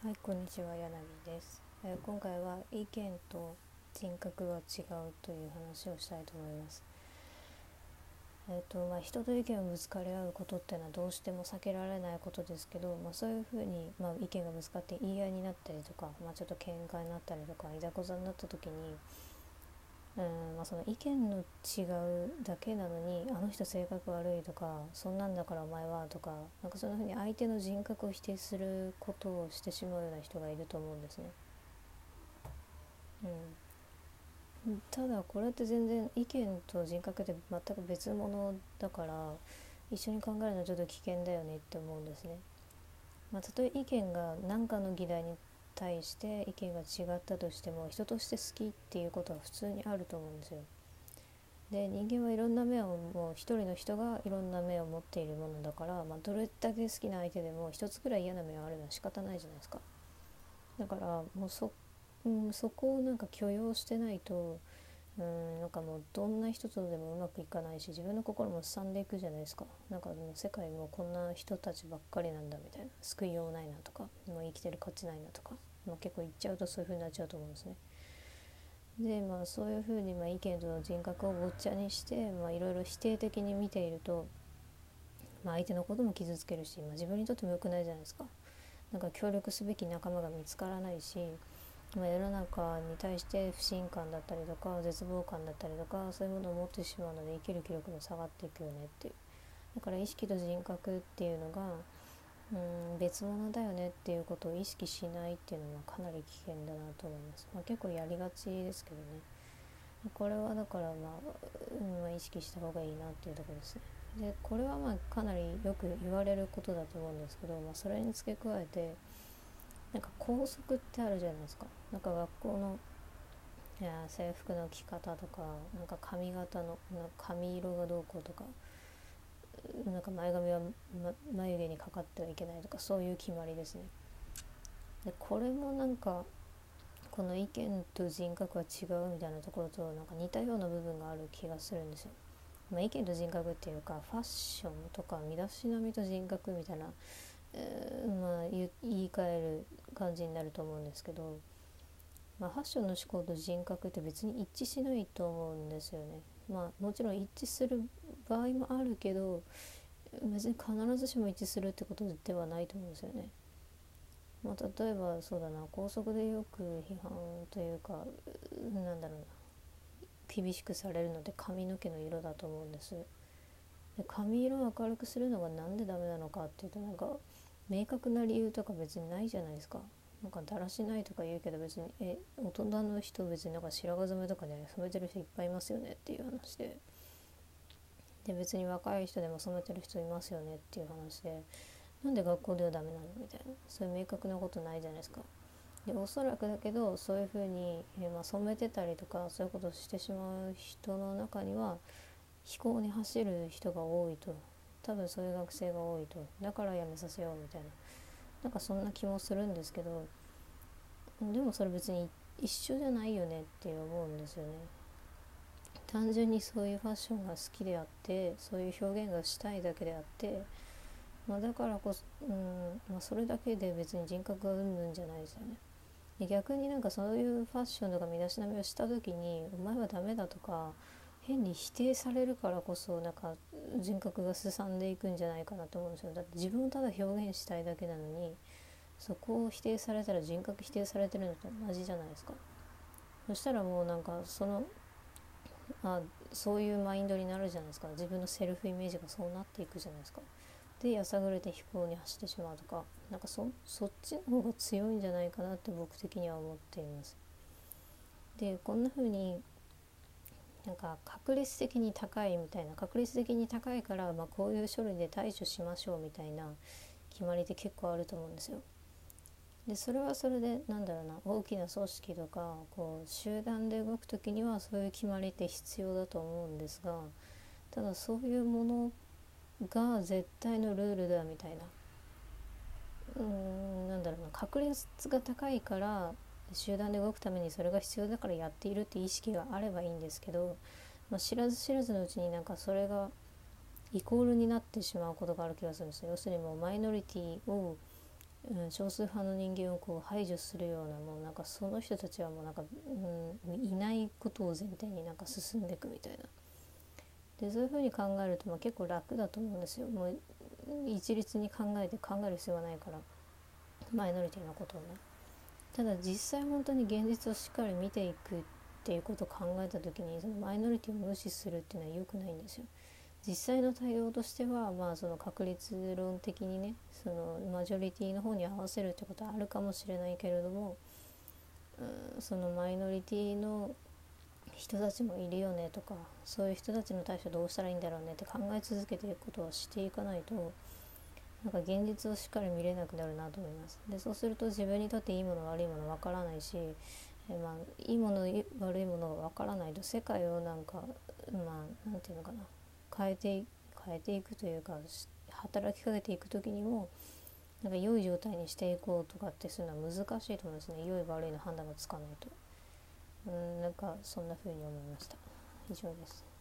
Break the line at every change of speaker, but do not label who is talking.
はい、こんにちは、柳です。今回は意見と人格が違うという話をしたいと思います。人と意見をぶつかり合うことっていうのはどうしても避けられないことですけど、そういうふうに、意見がぶつかって言い合いになったりとか、ちょっと喧嘩になったりとかいざこざになった時に、その意見の違うだけなのに、あの人性格悪いとか、そんなんだからお前はとか、そんな風に相手の人格を否定することをしてしまうような人がいると思うんですね。ただこれって全然意見と人格って全く別物だから、一緒に考えるのはちょっと危険だよねって思うんですね。たとえ意見が何かの議題に対して意見が違ったとしても、人として好きっていうことは普通にあると思うんですよ。で、人間はいろんな目を、もう一人の人がいろんな目を持っているものだから、どれだけ好きな相手でも一つくらい嫌な目があるのは仕方ないじゃないですか。だからもうそこを許容してないと、もうどんな人とでもうまくいかないし、自分の心もすさんでいくじゃないですか。もう世界もこんな人たちばっかりなんだみたいな、救いようないなとか、もう生きてる価値ないなとか、結構言っちゃうとそういう風になっちゃうと思うんですね。で、そういう風に意見と人格をごっちゃにして、いろいろ否定的に見ていると、相手のことも傷つけるし、自分にとっても良くないじゃないですか。協力すべき仲間が見つからないし、世の中に対して不信感だったりとか絶望感だったりとか、そういうものを持ってしまうので生きる気力も下がっていくよねっていう。だから意識と人格っていうのが別物だよねっていうことを意識しないっていうのはかなり危険だなと思います。結構やりがちですけどね。これはだから意識した方がいいなっていうところですね。でこれはかなりよく言われることだと思うんですけど、それに付け加えて校則ってあるじゃないですか。学校の制服の着方とか、髪型の髪色がどうこうとか、前髪は、眉毛にかかってはいけないとか、そういう決まりですね。でこれもこの意見と人格は違うみたいなところと似たような部分がある気がするんですよ。意見と人格っていうか、ファッションとか身だしなみと人格みたいな、言い換える感じになると思うんですけど、ファッションの思考と人格って別に一致しないと思うんですよね。もちろん一致する場合もあるけど、別に必ずしも一致するってことではないと思うんですよね。例えばそうだな、校則でよく批判というか、なんだろうな、厳しくされるので髪の毛の色だと思うんです。で髪色を明るくするのがなんでダメなのかっていうと、明確な理由とか別にないじゃないですか。だらしないとか言うけど、別に大人の人別に白髪染めとかね、染めてる人いっぱいいますよねっていう話で、別に若い人でも染めてる人いますよねっていう話で、なんで学校ではダメなのみたいな、そういう明確なことないじゃないですか。でおそらくだけど、そういうふうに、染めてたりとかそういうことをしてしまう人の中には非行に走る人が多いと、多分そういう学生が多いと、だからやめさせようみたいな、そんな気もするんですけど、でもそれ別に一緒じゃないよねって思うんですよね。単純にそういうファッションが好きであって、そういう表現がしたいだけであって、だからこそ、それだけで別に人格がうんぬんじゃないですよね。で逆にそういうファッションとか身だしなみをした時に、お前はダメだとか変に否定されるからこそ、人格がすさんでいくんじゃないかなと思うんですよ。だって自分をただ表現したいだけなのに、そこを否定されたら人格否定されてるのと同じじゃないですか。そしたらもうあそういうマインドになるじゃないですか。自分のセルフイメージがそうなっていくじゃないですか。でやさぐれて飛行に走ってしまうとか、そっちの方が強いんじゃないかなって僕的には思っています。でこんな風に確率的に高いみたいな、確率的に高いから、こういう処理で対処しましょうみたいな決まりって結構あると思うんですよ。でそれはそれで大きな組織とか集団で動く時にはそういう決まりって必要だと思うんですが、ただそういうものが絶対のルールだみたいな、確率が高いから集団で動くためにそれが必要だからやっているって意識があればいいんですけど、知らず知らずのうちにそれがイコールになってしまうことがある気がするんですよ。要するにもうマイノリティを少数派の人間をこう排除するような、もうなんかその人たちはもうなんか、いないことを前提になんか進んでいくみたいな。でそういうふうに考えると、結構楽だと思うんですよ。もう一律に考える必要がないから、マイノリティのことをね。ただ実際本当に現実をしっかり見ていくっていうことを考えた時に、そのマイノリティを無視するっていうのは良くないんですよ。実際の対応としては、その確率論的にね、そのマジョリティの方に合わせるってことはあるかもしれないけれども、そのマイノリティの人たちもいるよねとか、そういう人たちの対処どうしたらいいんだろうねって考え続けていくことをしていかないと、なんか現実をしっかり見れなくなるなと思います。でそうすると自分にとっていいもの悪いもの分からないし、いいもの悪いものが分からないと、世界をなんかなんていうのかな、変えていくというか、働きかけていく時にもなんか良い状態にしていこうとかってするのは難しいと思うんですね。良い悪いの判断がつかないと。なんかそんな風に思いました。以上です。